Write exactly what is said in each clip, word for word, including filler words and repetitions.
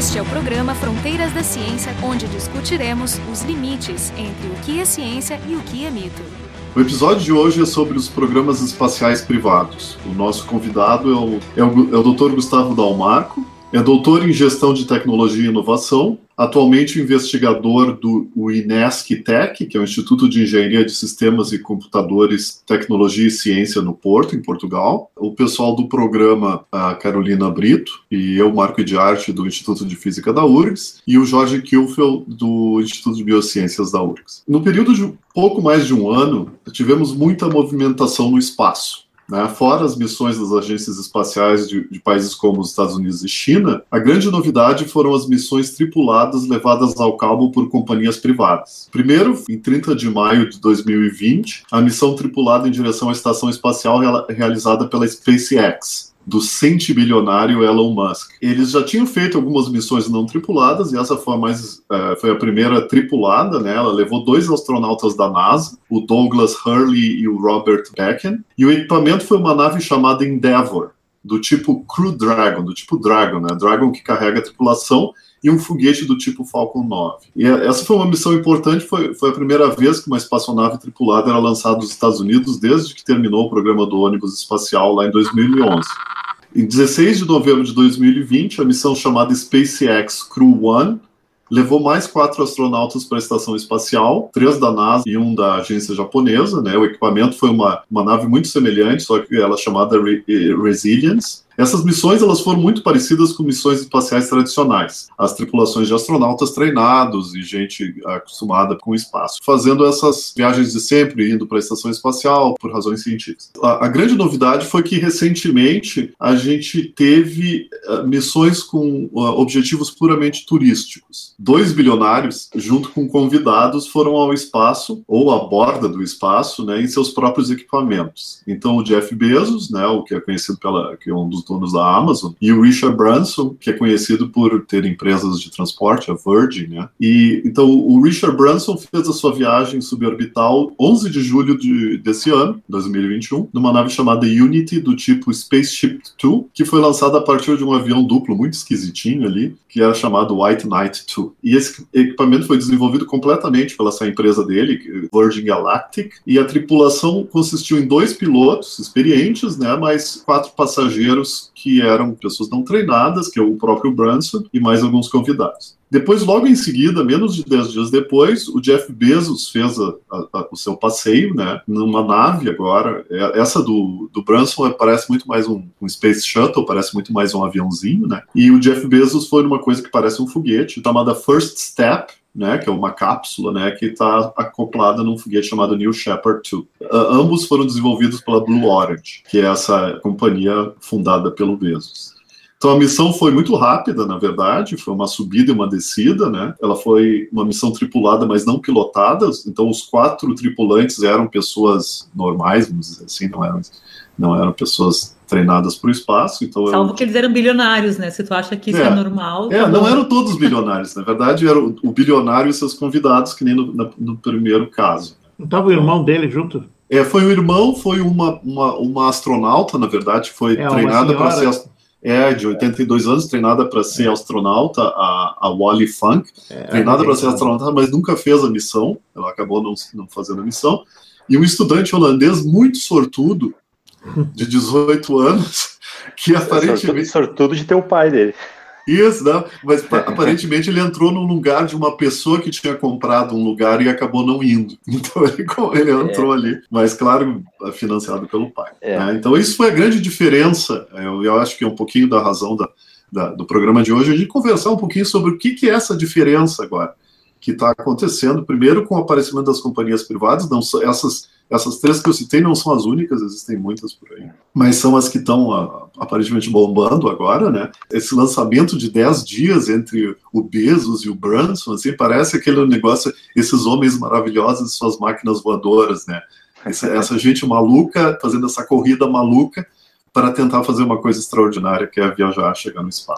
Este é o programa Fronteiras da Ciência, onde discutiremos os limites entre o que é ciência e o que é mito. O episódio de hoje é sobre os programas espaciais privados. O nosso convidado é o, é o, é o doutor Gustavo Dalmarco, é doutor em Gestão de Tecnologia e Inovação, atualmente investigador do INESC-Tec, que é o Instituto de Engenharia de Sistemas e Computadores, Tecnologia e Ciência no Porto, em Portugal. O pessoal do programa, a Carolina Brito, e eu, Marco de Arte, do Instituto de Física da U R G S, e o Jorge Kilfel, do Instituto de Biociências da U R G S. No período de pouco mais de um ano, tivemos muita movimentação no espaço. Né? Fora as missões das agências espaciais de, de países como os Estados Unidos e China, a grande novidade foram as missões tripuladas levadas ao cabo por companhias privadas. Primeiro, em trinta de maio de dois mil e vinte, a missão tripulada em direção à estação espacial real, realizada pela SpaceX, do centibilionário Elon Musk. Eles já tinham feito algumas missões não tripuladas, e essa foi a, mais, uh, foi a primeira tripulada, né? Ela levou dois astronautas da NASA, o Douglas Hurley e o Robert Becken, e o equipamento foi uma nave chamada Endeavour, do tipo Crew Dragon, do tipo Dragon, né? Dragon que carrega a tripulação, e um foguete do tipo Falcon nove. E essa foi uma missão importante, foi, foi a primeira vez que uma espaçonave tripulada era lançada nos Estados Unidos desde que terminou o programa do ônibus espacial lá em dois mil e onze. Em dezesseis de novembro de dois mil e vinte, a missão chamada SpaceX Crew One levou mais quatro astronautas para a estação espacial, três da NASA e um da agência japonesa, né? O equipamento foi uma, uma nave muito semelhante, só que ela é chamada Re- Resilience. Essas missões elas foram muito parecidas com missões espaciais tradicionais. As tripulações de astronautas treinados e gente acostumada com o espaço, fazendo essas viagens de sempre, indo para a estação espacial por razões científicas. A, a grande novidade foi que, recentemente, a gente teve uh, missões com uh, objetivos puramente turísticos. Dois bilionários, junto com convidados, foram ao espaço, ou à borda do espaço, né, em seus próprios equipamentos. Então, o Jeff Bezos, né, o que é conhecido pela, que é um dos donos da Amazon, e o Richard Branson, que é conhecido por ter empresas de transporte, a Virgin, né? E então o Richard Branson fez a sua viagem suborbital onze de julho de, desse ano, dois mil e vinte e um, numa nave chamada Unity do tipo Spaceship dois, que foi lançada a partir de um avião duplo muito esquisitinho ali, que era chamado White Knight dois. E esse equipamento foi desenvolvido completamente pela essa empresa dele, Virgin Galactic, e a tripulação consistiu em dois pilotos experientes, né, mais quatro passageiros que eram pessoas não treinadas, que é o próprio Branson, e mais alguns convidados. Depois, logo em seguida, menos de dez dias depois, o Jeff Bezos fez a, a, o seu passeio, né, numa nave agora. Essa do, do Branson parece muito mais um, um Space Shuttle, parece muito mais um aviãozinho, né? E o Jeff Bezos foi numa coisa que parece um foguete, chamada First Step, né, que é uma cápsula, né, que está acoplada num foguete chamado New Shepard dois. Uh, ambos foram desenvolvidos pela Blue Origin, que é essa companhia fundada pelo Bezos. Então a missão foi muito rápida, na verdade, foi uma subida e uma descida, né? Ela foi uma missão tripulada, mas não pilotada, então os quatro tripulantes eram pessoas normais, vamos dizer assim, não eram, não eram pessoas treinadas para o espaço. Então Salvo eu... que eles eram bilionários, né? Se tu acha que isso é, é normal... É, tá não bom. eram todos bilionários, na verdade era o, o bilionário e seus convidados, que nem no, no, no primeiro caso. Não estava o irmão dele junto? É, foi o irmão, foi uma, uma, uma astronauta, na verdade, foi é, treinada para ser... Senhora... É, de oitenta e dois anos, treinada para ser é. astronauta, a, a Wally Funk, é, treinada para ser astronauta, mas nunca fez a missão, ela acabou não, não fazendo a missão, e um estudante holandês muito sortudo, de dezoito anos, que aparentemente... Sortudo, sortudo de ter o pai dele. Isso, não, mas aparentemente ele entrou num lugar de uma pessoa que tinha comprado um lugar e acabou não indo. Então ele, ele entrou é. ali, mas claro, financiado pelo pai. É. Né? Então isso foi a grande diferença, eu, eu acho que é um pouquinho da razão da, da, do programa de hoje, a gente conversar um pouquinho sobre o que, que é essa diferença agora, que está acontecendo, primeiro com o aparecimento das companhias privadas, não são essas... Essas três que eu citei não são as únicas, existem muitas por aí, mas são as que estão uh, aparentemente bombando agora, né? Esse lançamento de dez dias entre o Bezos e o Branson, assim, parece aquele negócio, esses homens maravilhosos e suas máquinas voadoras, né? Essa, essa gente maluca fazendo essa corrida maluca para tentar fazer uma coisa extraordinária, que é viajar, chegar no espaço.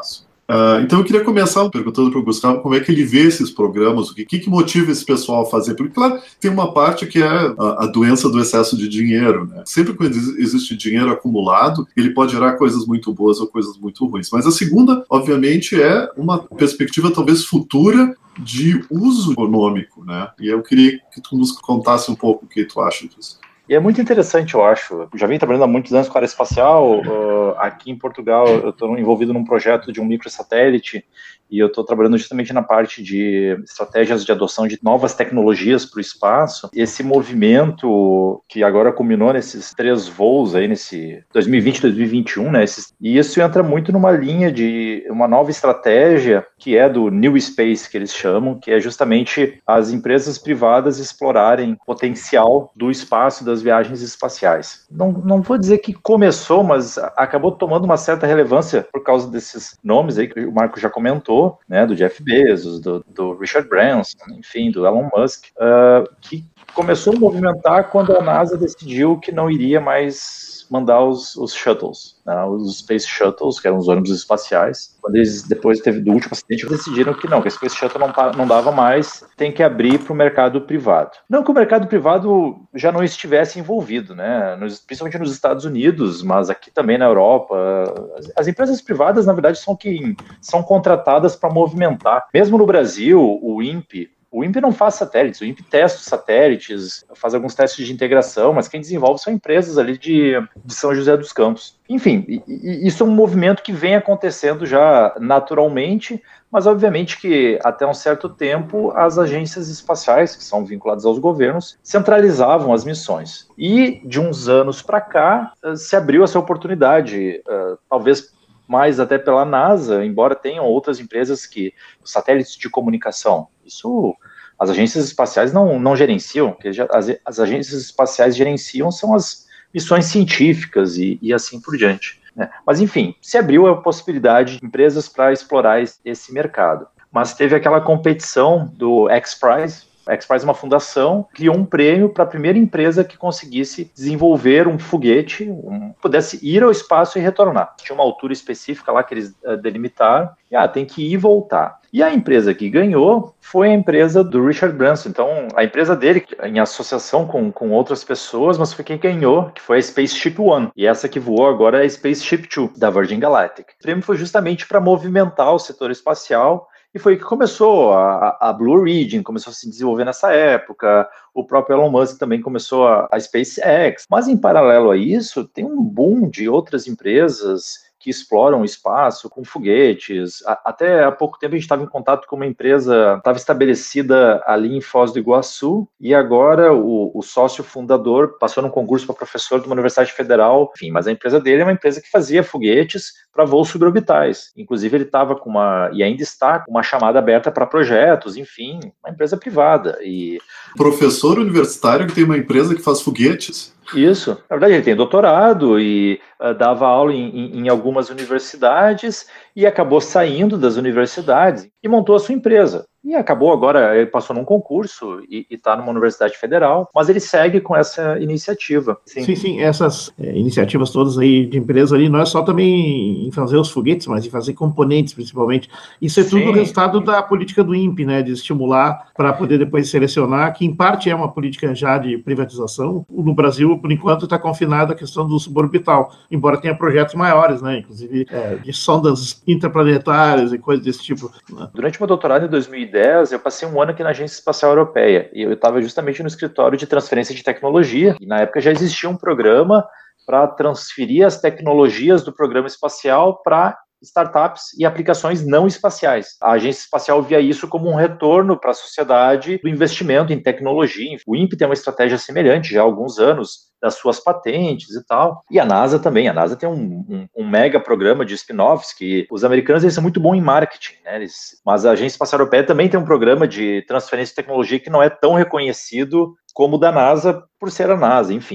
Uh, então eu queria começar perguntando para o Gustavo como é que ele vê esses programas, o que, que motiva esse pessoal a fazer, porque claro, tem uma parte que é a, a doença do excesso de dinheiro, né? Sempre quando existe dinheiro acumulado, ele pode gerar coisas muito boas ou coisas muito ruins, mas a segunda, obviamente, é uma perspectiva talvez futura de uso econômico, né? E eu queria que tu nos contasse um pouco o que tu acha disso. E é muito interessante, eu acho. Eu já vim trabalhando há muitos anos com a área espacial. Uh, aqui em Portugal, eu estou envolvido num projeto de um microsatélite e eu estou trabalhando justamente na parte de estratégias de adoção de novas tecnologias para o espaço. Esse movimento que agora culminou nesses três voos aí, nesse dois mil e vinte, dois mil e vinte e um, né? Esses, e isso entra muito numa linha de uma nova estratégia que é do New Space, que eles chamam, que é justamente as empresas privadas explorarem o potencial do espaço, das viagens espaciais. Não, não vou dizer que começou, mas acabou tomando uma certa relevância por causa desses nomes aí que o Marco já comentou, né, do Jeff Bezos, do, do Richard Branson, enfim, do Elon Musk, uh, que começou a movimentar quando a NASA decidiu que não iria mais mandar os, os shuttles, né, os Space Shuttles, que eram os ônibus espaciais. Quando eles, depois teve, do último acidente, decidiram que não, que a Space Shuttle não, não dava mais, tem que abrir para o mercado privado. Não que o mercado privado já não estivesse envolvido, né, nos, principalmente nos Estados Unidos, mas aqui também na Europa. As, as empresas privadas, na verdade, são que são contratadas para movimentar. Mesmo no Brasil, o INPE, O INPE não faz satélites, o INPE testa os satélites, faz alguns testes de integração, mas quem desenvolve são empresas ali de, de São José dos Campos. Enfim, e, e isso é um movimento que vem acontecendo já naturalmente, mas obviamente que até um certo tempo as agências espaciais, que são vinculadas aos governos, centralizavam as missões. E de uns anos para cá se abriu essa oportunidade, uh, talvez mais até pela NASA, embora tenham outras empresas que, satélites de comunicação, isso as agências espaciais não, não gerenciam, porque as, as agências espaciais gerenciam são as missões científicas e, e assim por diante, né? Mas enfim, se abriu a possibilidade de empresas para explorar esse, esse mercado. Mas teve aquela competição do X-Prize. A X-Prize é uma fundação, criou um prêmio para a primeira empresa que conseguisse desenvolver um foguete, um, pudesse ir ao espaço e retornar. Tinha uma altura específica lá que eles uh, delimitaram, e ah, tem que ir e voltar. E a empresa que ganhou foi a empresa do Richard Branson. Então, a empresa dele, em associação com, com outras pessoas, mas foi quem ganhou, que foi a Spaceship One. E essa que voou agora é a Spaceship Two, da Virgin Galactic. O prêmio foi justamente para movimentar o setor espacial. E foi que começou, a, a Blue Origin começou a se desenvolver nessa época, o próprio Elon Musk também começou a, a SpaceX. Mas em paralelo a isso, tem um boom de outras empresas que exploram o espaço com foguetes. A, até há pouco tempo a gente estava em contato com uma empresa, estava estabelecida ali em Foz do Iguaçu, e agora o, o sócio fundador passou num concurso para professor de uma universidade federal, enfim, mas a empresa dele é uma empresa que fazia foguetes para voos suborbitais. Inclusive ele estava com uma, e ainda está com uma chamada aberta para projetos, enfim, uma empresa privada. E professor universitário que tem uma empresa que faz foguetes? Isso, na verdade ele tem doutorado e uh, dava aula em, em, em algumas universidades e acabou saindo das universidades e montou a sua empresa. E acabou agora, ele passou num concurso e está numa universidade federal, mas ele segue com essa iniciativa. Sim, sim, sim, essas é, iniciativas todas aí de empresa ali, não é só também em fazer os foguetes, mas em fazer componentes principalmente. Isso é sim, tudo resultado sim. da política do INPE, né, de estimular para poder depois selecionar, que em parte é uma política já de privatização. No Brasil, por enquanto, está confinada a questão do suborbital, embora tenha projetos maiores, né, inclusive é, de sondas interplanetárias e coisas desse tipo. Né? Durante meu doutorado em dois mil e dez, eu passei um ano aqui na Agência Espacial Europeia e eu estava justamente no escritório de transferência de tecnologia e na época já existia um programa para transferir as tecnologias do programa espacial para startups e aplicações não espaciais. A Agência Espacial via isso como um retorno para a sociedade do investimento em tecnologia. O INPE tem uma estratégia semelhante já há alguns anos, das suas patentes e tal. E a NASA também. A NASA tem um, um, um mega programa de spin-offs que os americanos eles são muito bons em marketing, né? Eles, mas a Agência Espacial Europeia também tem um programa de transferência de tecnologia que não é tão reconhecido como o da NASA por ser a NASA, enfim.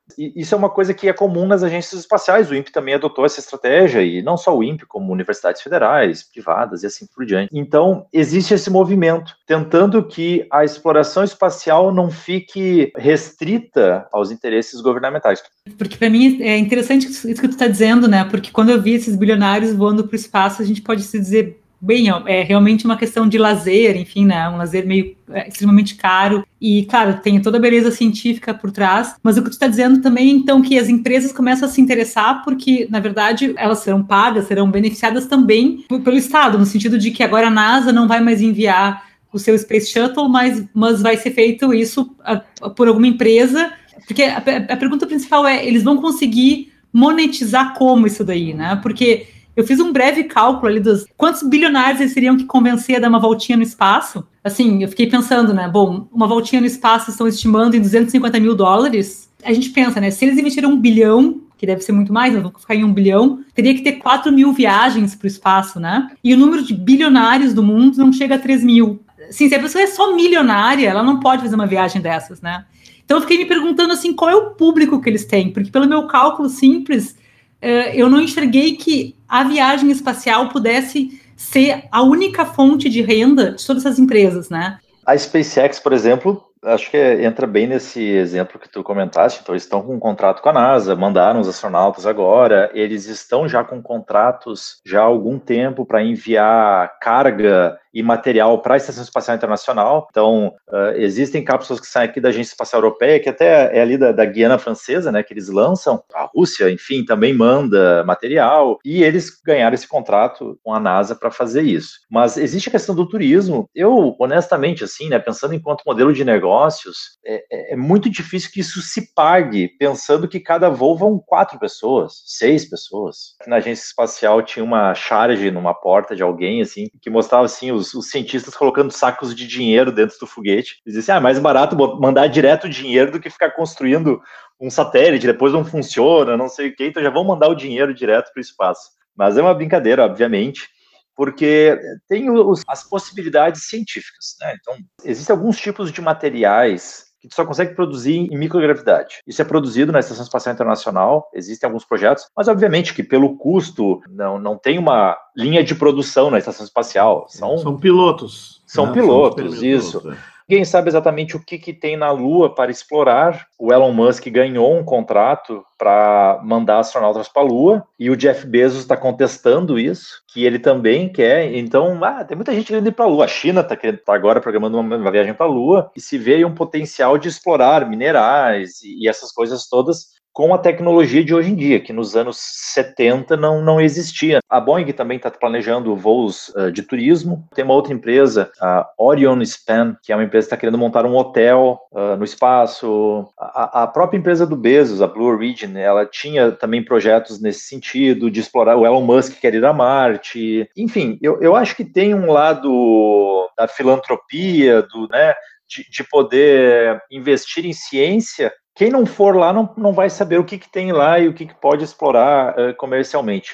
E isso é uma coisa que é comum nas agências espaciais. O INPE também adotou essa estratégia, e não só o INPE, como universidades federais, privadas e assim por diante. Então, existe esse movimento, tentando que a exploração espacial não fique restrita aos interesses governamentais. Porque para mim é interessante isso que tu está dizendo, né? Porque quando eu vi esses bilionários voando para o espaço, a gente pode se dizer, bem, é realmente uma questão de lazer, enfim, né? Um lazer meio é, extremamente caro. E, claro, tem toda a beleza científica por trás, mas o que tu está dizendo também, então, que as empresas começam a se interessar porque, na verdade, elas serão pagas, serão beneficiadas também pelo Estado, no sentido de que agora a NASA não vai mais enviar o seu Space Shuttle, mas, mas vai ser feito isso a, a, por alguma empresa, porque a, a pergunta principal é, eles vão conseguir monetizar como isso daí, né? Porque eu fiz um breve cálculo ali dos quantos bilionários eles teriam que convencer a dar uma voltinha no espaço. Assim, eu fiquei pensando, né? Bom, uma voltinha no espaço estão estimando em duzentos e cinquenta mil dólares. A gente pensa, né? Se eles investiram um bilhão, que deve ser muito mais, mas vou ficar em um bilhão, teria que ter quatro mil viagens para o espaço, né? E o número de bilionários do mundo não chega a três mil. Assim, se a pessoa é só milionária, ela não pode fazer uma viagem dessas, né? Então eu fiquei me perguntando, assim, qual é o público que eles têm? Porque pelo meu cálculo simples, eu não enxerguei que a viagem espacial pudesse ser a única fonte de renda de todas essas empresas, né? A SpaceX, por exemplo, acho que entra bem nesse exemplo que tu comentaste. Então, eles estão com um contrato com a NASA, mandaram os astronautas agora, eles estão já com contratos já há algum tempo para enviar carga e material para a Estação Espacial Internacional. Então, uh, existem cápsulas que saem aqui da Agência Espacial Europeia, que até é ali da, da Guiana Francesa, né, que eles lançam. A Rússia, enfim, também manda material, e eles ganharam esse contrato com a NASA para fazer isso. Mas existe a questão do turismo. Eu, honestamente, assim, né, pensando enquanto modelo de negócios, é, é muito difícil que isso se pague, pensando que cada voo vão quatro pessoas, seis pessoas. Na Agência Espacial tinha uma charge numa porta de alguém, assim, que mostrava, assim, os Os, os cientistas colocando sacos de dinheiro dentro do foguete. Eles dizem, ah, é mais barato mandar direto o dinheiro do que ficar construindo um satélite, depois não funciona, não sei o que, então já vão mandar o dinheiro direto para o espaço. Mas é uma brincadeira, obviamente, porque tem os, as possibilidades científicas, né? Então, existem alguns tipos de materiais que tu só consegue produzir em microgravidade. Isso é produzido na Estação Espacial Internacional, existem alguns projetos, mas obviamente que pelo custo não, não tem uma linha de produção na Estação Espacial. São, são pilotos. São né? pilotos, são isso. Pilotos, é. Ninguém sabe exatamente o que, que tem na Lua para explorar. O Elon Musk ganhou um contrato para mandar astronautas para a Lua, e o Jeff Bezos está contestando isso, que ele também quer. Então, ah, tem muita gente querendo ir para a Lua. A China está tá agora programando uma, uma viagem para a Lua, e se vê aí um potencial de explorar minerais e, e essas coisas todas com a tecnologia de hoje em dia, que nos anos setenta não, não existia. A Boeing também está planejando voos uh, de turismo. Tem uma outra empresa, a Orion Span, que é uma empresa que está querendo montar um hotel uh, no espaço. A, a própria empresa do Bezos, a Blue Origin, ela tinha também projetos nesse sentido, de explorar. O Elon Musk quer ir a Marte. Enfim, eu, eu acho que tem um lado da filantropia, do, né, de, de poder investir em ciência. Quem não for lá não, não vai saber o que, que tem lá e o que, que pode explorar uh, comercialmente.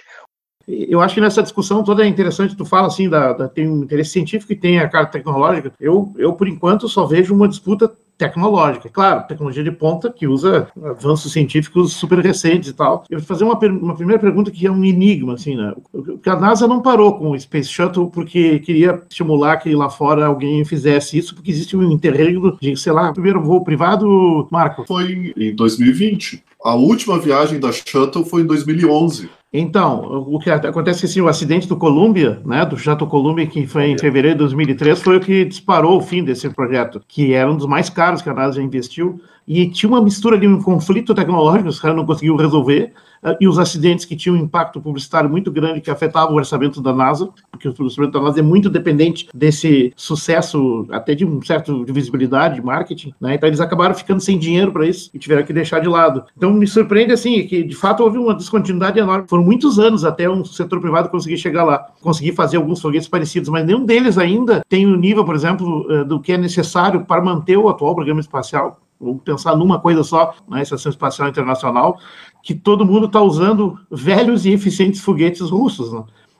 Eu acho que nessa discussão toda é interessante, tu fala assim, da, da, tem um interesse científico e tem a carta tecnológica. Eu, eu, por enquanto, só vejo uma disputa tecnológica. Claro, tecnologia de ponta que usa avanços científicos super recentes e tal. Eu vou fazer uma, uma primeira pergunta que é um enigma, assim, né? A NASA não parou com o Space Shuttle porque queria estimular que lá fora alguém fizesse isso, porque existe um interregno de, sei lá, primeiro voo privado, Marco? Foi em dois mil e vinte. A última viagem da Shuttle foi em dois mil e onze. Então, o que acontece é que assim, o acidente do Columbia, né, do Shuttle Columbia, que foi em fevereiro de dois mil e três, foi o que disparou o fim desse projeto, que era um dos mais caros que a NASA já investiu, e tinha uma mistura de um conflito tecnológico, os caras não conseguiram resolver, uh, e os acidentes que tinham um impacto publicitário muito grande que afetava o orçamento da NASA, porque o orçamento da NASA é muito dependente desse sucesso, até de um certo de visibilidade, de marketing, né? Então eles acabaram ficando sem dinheiro para isso e tiveram que deixar de lado. Então me surpreende assim, que de fato houve uma descontinuidade enorme. Foram muitos anos até um setor privado conseguir chegar lá, conseguir fazer alguns foguetes parecidos, mas nenhum deles ainda tem o nível, por exemplo, do que é necessário para manter o atual programa espacial. Vamos pensar numa coisa só, na Estação Espacial Internacional, que todo mundo está usando velhos e eficientes foguetes russos, né?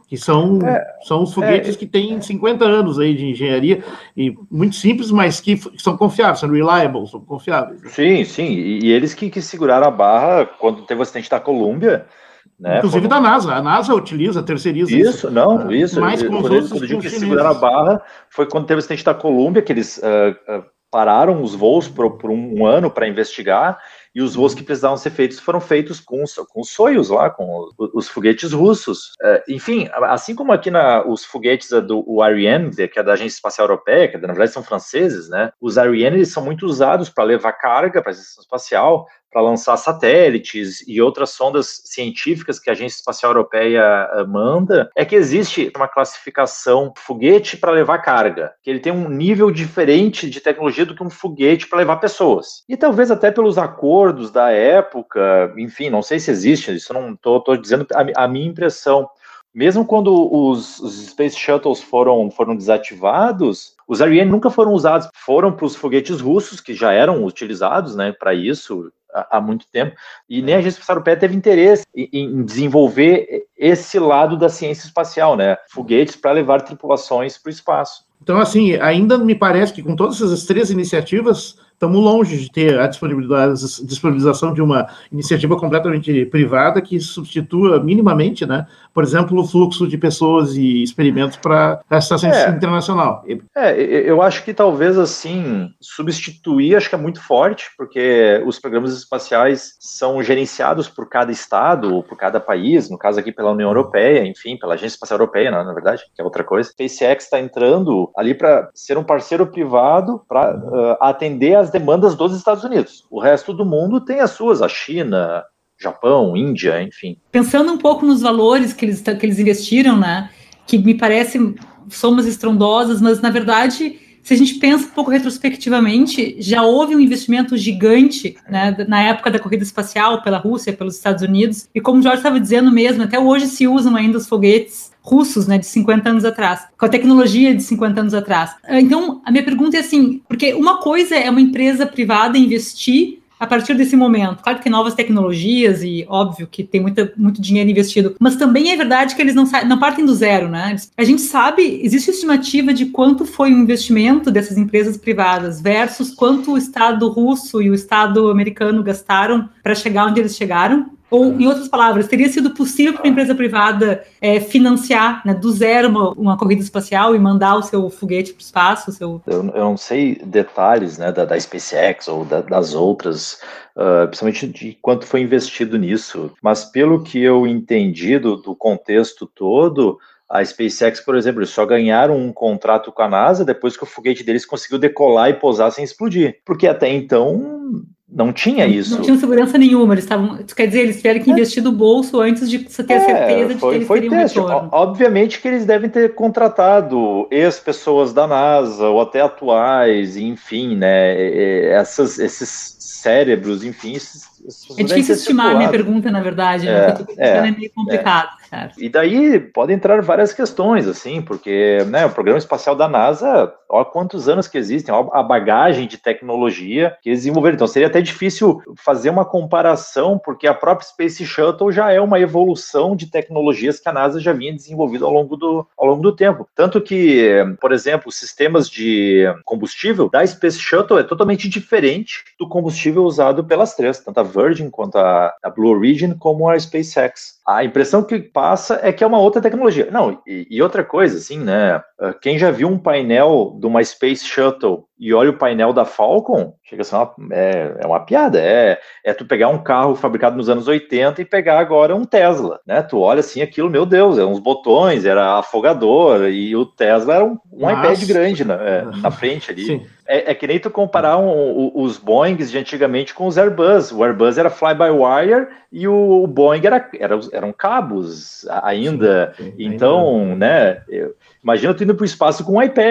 que são, é, são os foguetes é, que têm cinquenta anos aí de engenharia, e muito simples, mas que são confiáveis, são reliable, são confiáveis. Sim, sim, e, e eles que, que seguraram a barra quando teve o acidente da Columbia, né? Inclusive Foram... da NASA, a NASA utiliza, terceiriza isso. Isso, não, uh, isso. Mais com os quando, outros quando eu digo com que chineses. seguraram a barra, foi quando teve o acidente da Columbia, que eles uh, uh, pararam os voos por, por um, um ano para investigar, e os voos que precisavam ser feitos foram feitos com os, com os Soyuz lá, com os, os foguetes russos. Uh, enfim, assim como aqui na, os foguetes do o Ariane, que é da Agência Espacial Europeia, que na verdade são franceses, né? Os Ariane eles são muito usados para levar carga para a estação espacial, para lançar satélites e outras sondas científicas que a Agência Espacial Europeia manda, é que existe uma classificação foguete para levar carga, que ele tem um nível diferente de tecnologia do que um foguete para levar pessoas. E talvez até pelos acordos da época, enfim, não sei se existe, isso não estou dizendo a, a minha impressão. Mesmo quando os, os Space Shuttles foram, foram desativados, os Ariane nunca foram usados, foram para os foguetes russos, que já eram utilizados, né, para isso há, há muito tempo, e nem a Agência Espacial Europeia teve interesse em, em desenvolver esse lado da ciência espacial, né, foguetes para levar tripulações para o espaço. Então, assim, ainda me parece que com todas essas três iniciativas, estamos longe de ter a disponibilização de uma iniciativa completamente privada que substitua minimamente, né, por exemplo, o fluxo de pessoas e experimentos para a estação é, internacional. É, eu acho que talvez, assim, substituir acho que é muito forte, porque os programas espaciais são gerenciados por cada estado, ou por cada país, no caso aqui pela União Europeia, enfim, pela Agência Espacial Europeia, na verdade, que é outra coisa. A SpaceX está entrando ali para ser um parceiro privado para uh, atender às demandas dos Estados Unidos. O resto do mundo tem as suas, a China, Japão, Índia, enfim. Pensando um pouco nos valores que eles, que eles investiram, né, que me parecem somas estrondosas, mas na verdade, se a gente pensa um pouco retrospectivamente, já houve um investimento gigante, né, na época da corrida espacial pela Rússia, pelos Estados Unidos, e como o Jorge estava dizendo mesmo, até hoje se usam ainda os foguetes russos, né, de cinquenta anos atrás, com a tecnologia de cinquenta anos atrás. Então, a minha pergunta é assim, porque uma coisa é uma empresa privada investir a partir desse momento. Claro que tem novas tecnologias e, óbvio, que tem muita, muito dinheiro investido, mas também é verdade que eles não, não partem do zero, né? A gente sabe, existe estimativa de quanto foi o investimento dessas empresas privadas versus quanto o Estado russo e o Estado americano gastaram para chegar onde eles chegaram? Ou, em outras palavras, teria sido possível para uma empresa privada é, financiar, né, do zero uma, uma corrida espacial e mandar o seu foguete para o espaço? O seu... eu, eu não sei detalhes, né, da, da SpaceX ou da, das outras, uh, principalmente de quanto foi investido nisso, mas pelo que eu entendi do, do contexto todo, a SpaceX, por exemplo, eles só ganharam um contrato com a NASA depois que o foguete deles conseguiu decolar e pousar sem explodir, porque até então não tinha não, isso. Não tinham segurança nenhuma, eles estavam, quer dizer, eles tiveram que investir do bolso antes de você ter é, certeza de foi, que eles foi teriam teste. Um retorno. Obviamente que eles devem ter contratado ex-pessoas da NASA, ou até atuais, enfim, né, essas, esses cérebros, enfim, esses, esses é difícil estimar a minha pergunta, na verdade, né, é, porque eu tô pensando, é, é meio complicado. É. E daí podem entrar várias questões, assim, porque, né, o programa espacial da NASA, olha quantos anos que existem, olha a bagagem de tecnologia que eles desenvolveram. Então seria até difícil fazer uma comparação, porque a própria Space Shuttle já é uma evolução de tecnologias que a NASA já vinha desenvolvendo ao longo do, ao longo do tempo. Tanto que, por exemplo, os sistemas de combustível da Space Shuttle é totalmente diferente do combustível usado pelas três, tanto a Virgin quanto a, a Blue Origin, como a SpaceX. A impressão que passa é que é uma outra tecnologia. Não, e, e outra coisa, assim, né? Quem já viu um painel de uma Space Shuttle e olha o painel da Falcon, chega a ser uma, é, é uma piada. É, é tu pegar um carro fabricado nos anos oitenta e pegar agora um Tesla, né? Tu olha assim, aquilo, meu Deus, é uns botões, era afogador, e o Tesla era um, um iPad grande na, é, na frente ali. É, é que nem tu comparar um, um, os Boeings de antigamente com os Airbus. O Airbus era fly-by-wire e o, o Boeing era, era, eram cabos ainda. Sim, sim, então, ainda. né, eu, imagina tu indo para o espaço com um iPad.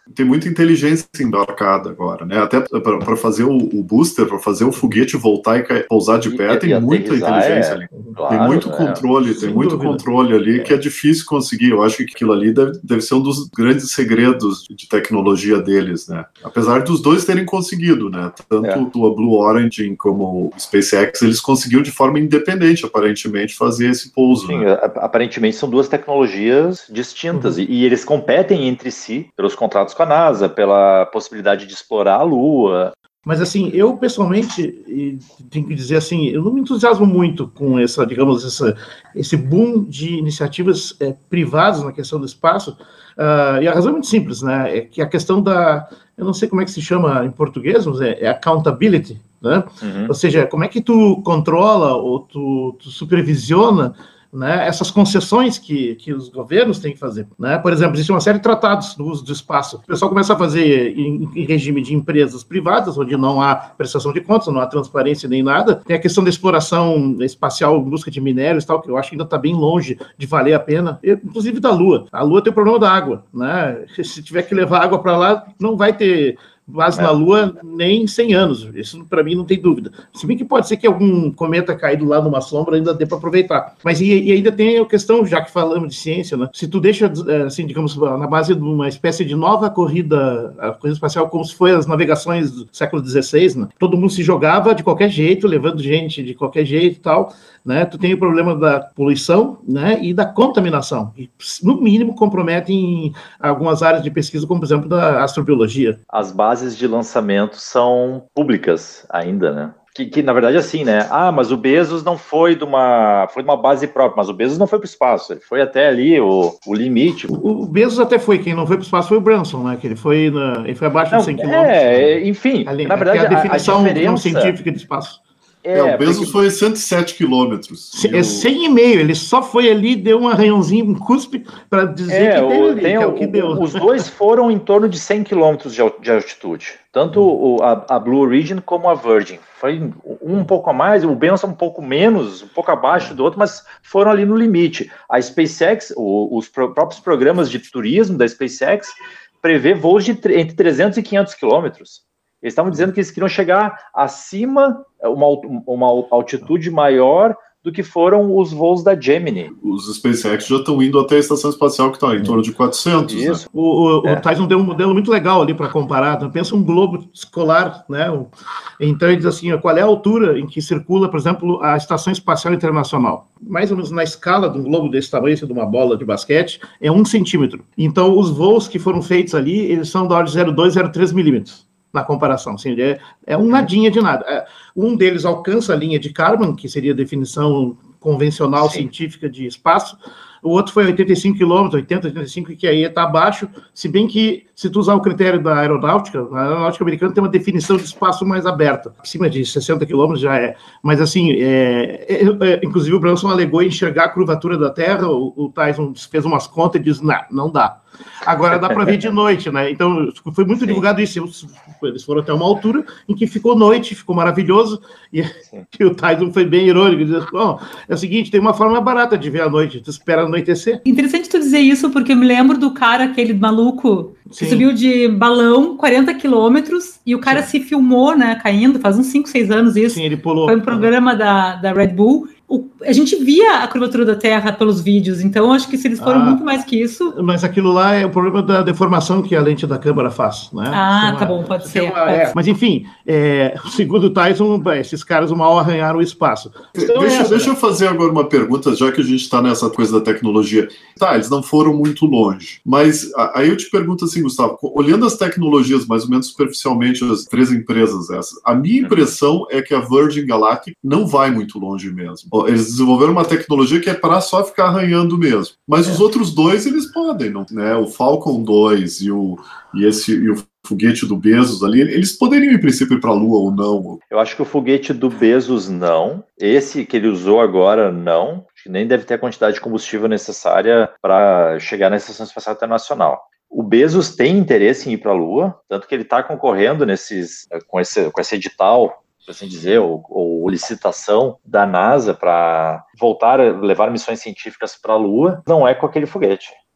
tem muita inteligência embarcada agora, né? Até para fazer o, o booster, para fazer o foguete voltar e cair, pousar de pé, e, tem e muita inteligência é, ali. Claro, tem muito controle, é, tem muito dúvida. controle ali é. que é difícil conseguir. Eu acho que aquilo ali deve, deve ser um dos grandes segredos de tecnologia deles, né? Apesar dos dois terem conseguido, né? Tanto é. a Blue Origin como o SpaceX, eles conseguiram de forma independente, aparentemente, fazer esse pouso. Sim, né? Aparentemente são duas tecnologias distintas uhum. e, e eles competem entre si pelos contratos com a NASA, pela possibilidade de explorar a Lua. Mas, assim, eu, pessoalmente, tenho que dizer assim, eu não me entusiasmo muito com essa, digamos, essa, esse boom de iniciativas é, privadas na questão do espaço, uh, e a razão é muito simples, né, é que a questão da, eu não sei como é que se chama em português, mas é, é accountability, né, uhum. ou seja, como é que tu controla ou tu, tu supervisiona, né, essas concessões que, que os governos têm que fazer. Né? Por exemplo, existe uma série de tratados no uso do espaço. O pessoal começa a fazer em, em regime de empresas privadas, onde não há prestação de contas, não há transparência nem nada. Tem a questão da exploração espacial, busca de minérios e tal, que eu acho que ainda está bem longe de valer a pena, inclusive da Lua. A Lua tem o problema da água. Né? Se tiver que levar água para lá, não vai ter base é. na Lua nem cem anos. Isso, para mim, não tem dúvida. Se bem que pode ser que algum cometa caído lá numa sombra ainda dê para aproveitar. Mas e, e ainda tem a questão, já que falamos de ciência, né? Se tu deixa, assim, digamos, na base de uma espécie de nova corrida, a corrida espacial, como se foi as navegações do século dezesseis, né? Todo mundo se jogava de qualquer jeito, levando gente de qualquer jeito e tal, né? Tu tem o problema da poluição, né? E da contaminação. E, no mínimo, comprometem algumas áreas de pesquisa, como, por exemplo, da astrobiologia. As bases de lançamento são públicas ainda, né? Que, que, na verdade, assim, né? Ah, mas o Bezos não foi de uma, foi de uma base própria, mas o Bezos não foi para o espaço, ele foi até ali o, o limite. O, o Bezos até foi, quem não foi para o espaço foi o Branson, né? Que ele foi, na, ele foi abaixo não, de cem quilômetros. É, enfim, ali, na verdade, é a definição a, a diferença... científica de espaço. É, é, o Bezos porque... foi cento e sete quilômetros. É cem e meio, ele só foi ali, deu um arranhãozinho, um cuspe, para dizer é, que deu ali, tem, que é o que deu. Os dois foram em torno de cem quilômetros de, de altitude, tanto o, a, a Blue Origin como a Virgin. Foi um, um pouco a mais, o Benson um pouco menos, um pouco abaixo do outro, mas foram ali no limite. A SpaceX, o, os pro, próprios programas de turismo da SpaceX, prevê voos de entre trezentos e quinhentos quilômetros. Eles estavam dizendo que eles queriam chegar acima, uma, uma altitude maior do que foram os voos da Gemini. Os SpaceX já estão indo até a estação espacial, que está em torno de quatrocentos. Isso. Né? O, o, é. o Tyson deu um modelo muito legal ali para comparar. Então, pensa um globo escolar, né? Então ele diz assim, qual é a altura em que circula, por exemplo, a Estação Espacial Internacional? Mais ou menos na escala de um globo desse tamanho, de uma bola de basquete, é um centímetro. Então os voos que foram feitos ali, eles são da ordem de zero vírgula dois, zero vírgula três milímetros. Na comparação, assim, é, é um nadinha de nada. É, um deles alcança a linha de Kármán, que seria a definição convencional Sim. científica de espaço. O outro foi oitenta e cinco quilômetros, oitenta, oitenta e cinco, que aí está abaixo, se bem que, se tu usar o critério da aeronáutica, a aeronáutica americana tem uma definição de espaço mais aberta, acima de sessenta quilômetros já é, mas assim, é, é, é, inclusive o Branson alegou enxergar a curvatura da Terra, o, o Tyson fez umas contas e disse, não, não dá. Agora dá para ver de noite, né? Então foi muito Sim. divulgado isso. Eles foram até uma altura em que ficou noite, ficou maravilhoso. E, e o Tyson foi bem irônico, dizendo: bom, é o seguinte, tem uma forma barata de ver a noite, tu espera anoitecer. Interessante tu dizer isso, porque eu me lembro do cara, aquele maluco, que Sim. subiu de balão quarenta quilômetros e o cara Sim. se filmou, né, caindo, faz uns cinco, seis anos isso. Sim, ele pulou. Foi um programa da, da Red Bull. O, a gente via a curvatura da Terra pelos vídeos, então acho que se eles foram ah, muito mais que isso... Mas aquilo lá é o problema da deformação que a lente da câmera faz, né? Ah, uma, tá bom, pode ser. Uma, pode é, ser. Mas enfim, é, segundo o Tyson, esses caras mal arranharam o espaço. Então, deixa, essa, deixa né? eu fazer agora uma pergunta, já que a gente está nessa coisa da tecnologia. Tá, eles não foram muito longe, mas aí eu te pergunto assim, Gustavo, olhando as tecnologias mais ou menos superficialmente, as três empresas essas, a minha impressão é que a Virgin Galactic não vai muito longe mesmo. Eles desenvolveram uma tecnologia que é para só ficar arranhando mesmo. Mas é. os outros dois, eles podem, não, né? O Falcon dois e o, e esse, e o foguete do Bezos ali, eles poderiam, em princípio, ir para a Lua ou não? Eu acho que o foguete do Bezos, não. Esse que ele usou agora, não. Acho que nem deve ter a quantidade de combustível necessária para chegar na Estação Espacial Internacional. O Bezos tem interesse em ir para a Lua, tanto que ele está concorrendo nesses, com, esse, com esse edital, por assim dizer, ou, ou licitação da NASA para voltar a levar missões científicas para a Lua, não é com aquele foguete.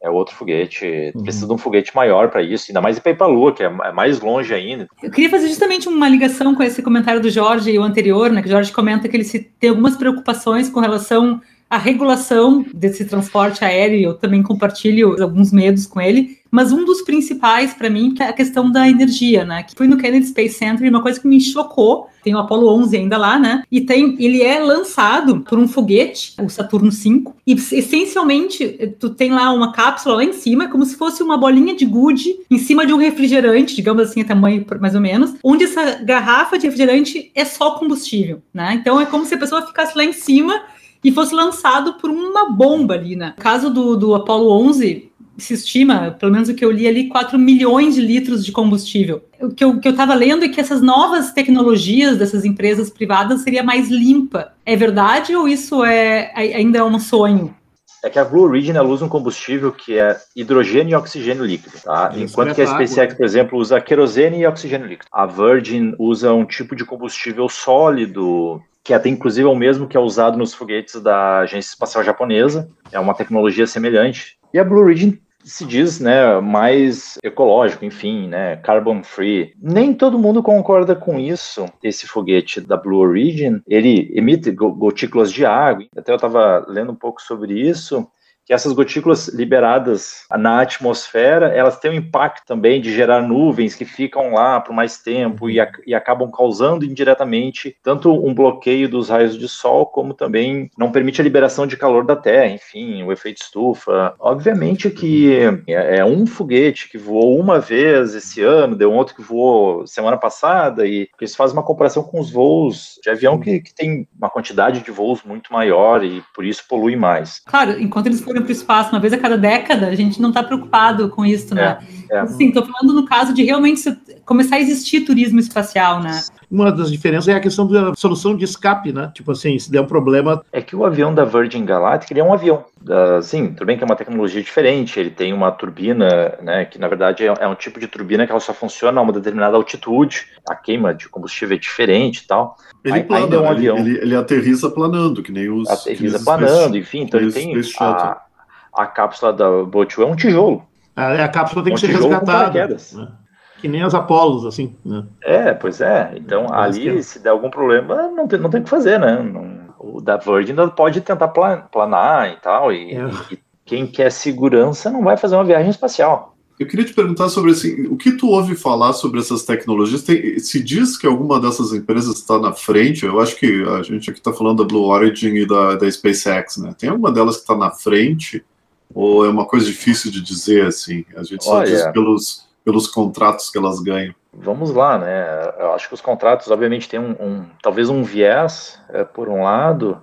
É outro foguete, uhum. Precisa de um foguete maior para isso, ainda mais para ir para a Lua, que é mais longe ainda. Eu queria fazer justamente uma ligação com esse comentário do Jorge e o anterior, né, que o Jorge comenta que ele se, tem algumas preocupações com relação à regulação desse transporte aéreo, eu também compartilho alguns medos com ele, mas um dos principais para mim é a questão da energia, né, que fui no Kennedy Space Center e uma coisa que me chocou, tem o Apollo onze ainda lá, né, e tem, ele é lançado por um foguete, o Saturno cinco, e essencialmente tu tem lá uma cápsula lá em cima, como se fosse uma bolinha de gude em cima de um refrigerante, digamos assim, tamanho mais ou menos, onde essa garrafa de refrigerante é só combustível, né, então é como se a pessoa ficasse lá em cima e fosse lançado por uma bomba ali, né. No caso do, do Apollo onze, se estima, pelo menos o que eu li ali, quatro milhões de litros de combustível. O que eu estava lendo é que essas novas tecnologias dessas empresas privadas seria mais limpa. É verdade ou isso é, ainda é um sonho? É que a Blue Origin ela usa um combustível que é hidrogênio e oxigênio líquido, tá? Enquanto que a SpaceX, por exemplo, usa querosene e oxigênio líquido. A Virgin usa um tipo de combustível sólido, que até inclusive é o mesmo que é usado nos foguetes da Agência Espacial Japonesa, é uma tecnologia semelhante. E a Blue Origin se diz, né, mais ecológico, enfim, né, carbon free. Nem todo mundo concorda com isso. Esse foguete da Blue Origin, ele emite gotículas de água. Até eu estava lendo um pouco sobre isso, que essas gotículas liberadas na atmosfera, elas têm um impacto também de gerar nuvens que ficam lá por mais tempo e, a, e acabam causando indiretamente tanto um bloqueio dos raios de sol, como também não permite a liberação de calor da Terra, enfim, o efeito estufa. Obviamente que é, é um foguete que voou uma vez esse ano, deu um outro que voou semana passada, e isso faz uma comparação com os voos de avião que, que tem uma quantidade de voos muito maior e por isso polui mais. Claro, enquanto eles forem para o espaço uma vez a cada década, a gente não está preocupado com isso, né? É, é. Assim, estou falando no caso de realmente começar a existir turismo espacial, né? Uma das diferenças é a questão da solução de escape, né? Tipo assim, se der um problema... É que o avião da Virgin Galactic, ele é um avião. Sim, tudo bem que é uma tecnologia diferente, ele tem uma turbina, né, que na verdade é um tipo de turbina que ela só funciona a uma determinada altitude, a queima de combustível é diferente e tal. Ele Aí, plana, ainda é um avião. Ele, ele, ele aterriza planando, que nem os... Aterriza planando, space, enfim, então ele tem a, a cápsula da Boat é um tijolo. A, a cápsula tem um que ser resgatada. Né? Que nem as Apolos, assim. Né? É, pois é. Então, é ali, se der algum problema, não tem, não tem o que fazer, né? Não, o da Virgin ainda pode tentar planar e tal, e, é. e quem quer segurança não vai fazer uma viagem espacial. Eu queria te perguntar sobre assim, o que tu ouve falar sobre essas tecnologias. Tem, se diz que alguma dessas empresas está na frente, eu acho que a gente aqui está falando da Blue Origin e da, da SpaceX, né? Tem alguma delas que está na frente, ou é uma coisa difícil de dizer, assim? A gente só Olha, diz pelos, pelos contratos que elas ganham. Vamos lá, né? Eu acho que os contratos, obviamente, têm um, um talvez um viés, é, por um lado,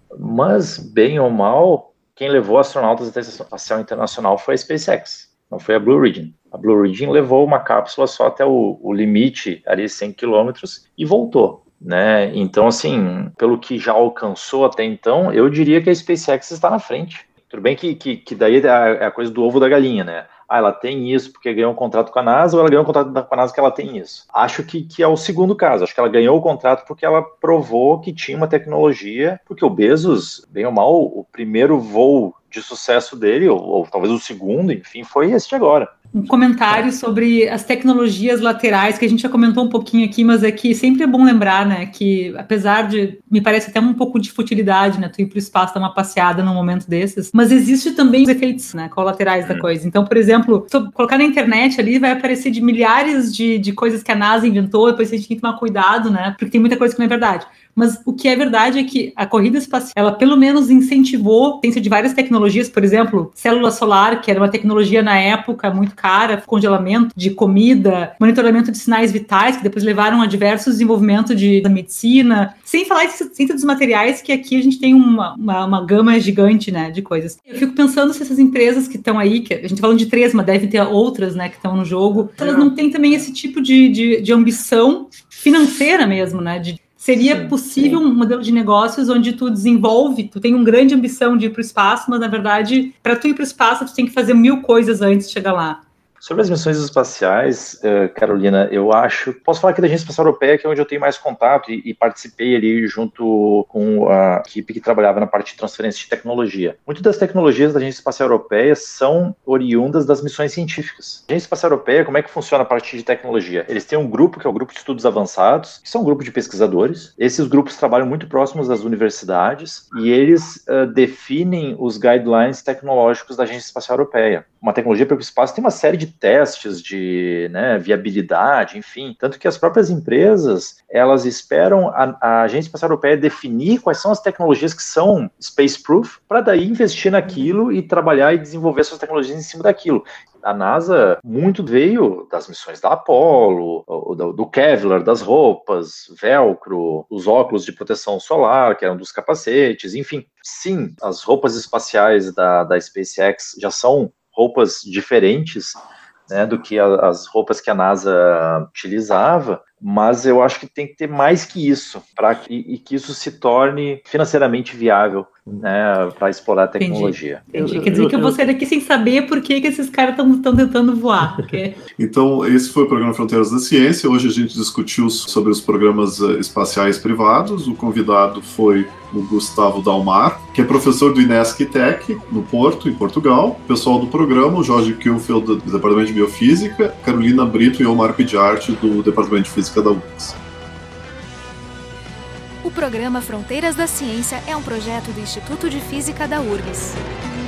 mas, bem ou mal, quem levou astronautas à Estação Espacial Internacional foi a SpaceX, não foi a Blue Origin. A Blue Origin levou uma cápsula só até o, o limite, ali cem quilômetros, e voltou, né? Então, assim, pelo que já alcançou até então, eu diria que a SpaceX está na frente. Tudo bem que, que, que daí é a coisa do ovo da galinha, né? Ah, ela tem isso porque ganhou um contrato com a NASA, ou ela ganhou um contrato com a NASA porque ela tem isso? Acho que, que é o segundo caso. Acho que ela ganhou o contrato porque ela provou que tinha uma tecnologia, porque o Bezos, bem ou mal, o primeiro voo de sucesso dele, ou, ou talvez o segundo, enfim, foi esse de agora. Um comentário sobre as tecnologias laterais, que a gente já comentou um pouquinho aqui, mas é que sempre é bom lembrar, né, que apesar de, me parece até um pouco de futilidade, né, tu ir para o espaço dar uma passeada num momento desses, mas existe também os efeitos, né, colaterais da coisa. Então, por exemplo, se eu colocar na internet ali, vai aparecer de milhares de, de coisas que a NASA inventou, depois a gente tem que tomar cuidado, né, porque tem muita coisa que não é verdade. Mas o que é verdade é que a corrida espacial, ela pelo menos incentivou a ciência de várias tecnologias, por exemplo, célula solar, que era uma tecnologia na época muito cara, congelamento de comida, monitoramento de sinais vitais, que depois levaram a diversos desenvolvimentos de, da medicina, sem falar de ciência dos materiais, que aqui a gente tem uma, uma, uma gama gigante, né, de coisas. Eu fico pensando se essas empresas que estão aí, que a gente tá falando de três, mas deve ter outras, né, que estão no jogo, elas não têm também esse tipo de, de, de ambição financeira mesmo, né, de Seria sim, possível sim. um modelo de negócios onde tu desenvolve, tu tem uma grande ambição de ir para o espaço, mas, na verdade, para tu ir para o espaço, tu tem que fazer mil coisas antes de chegar lá. Sobre as missões espaciais, Carolina, eu acho... Posso falar aqui da Agência Espacial Europeia, que é onde eu tenho mais contato e, e participei ali junto com a equipe que trabalhava na parte de transferência de tecnologia. Muitas das tecnologias da Agência Espacial Europeia são oriundas das missões científicas. A Agência Espacial Europeia, como é que funciona a parte de tecnologia? Eles têm um grupo, que é o Grupo de Estudos Avançados, que são um grupo de pesquisadores. Esses grupos trabalham muito próximos das universidades e eles uh, definem os guidelines tecnológicos da Agência Espacial Europeia. Uma tecnologia para o espaço tem uma série de testes de né, viabilidade, enfim. Tanto que as próprias empresas, elas esperam a, a Agência Espacial Europeia definir quais são as tecnologias que são space-proof, para daí investir naquilo e trabalhar e desenvolver suas tecnologias em cima daquilo. A NASA muito veio das missões da Apollo, do, do Kevlar, das roupas, velcro, os óculos de proteção solar, que eram dos capacetes, enfim. Sim, as roupas espaciais da, da SpaceX já são roupas diferentes, né, do que a, as roupas que a NASA utilizava, mas eu acho que tem que ter mais que isso, para que, e que isso se torne financeiramente viável, né, para explorar a tecnologia. Entendi. Entendi. Quer dizer que eu vou sair daqui sem saber por que, que esses caras estão tentando voar. Porque... Então, esse foi o programa Fronteiras da Ciência. Hoje a gente discutiu sobre os programas espaciais privados. O convidado foi o Gustavo Dalmar, que é professor do INESC-Tech, no Porto, em Portugal. O pessoal do programa, o Jorge Kilfeld, do Departamento de Biofísica, Carolina Brito e Omar Pidiarte, do Departamento de Física da U F S. O programa Fronteiras da Ciência é um projeto do Instituto de Física da U R G S.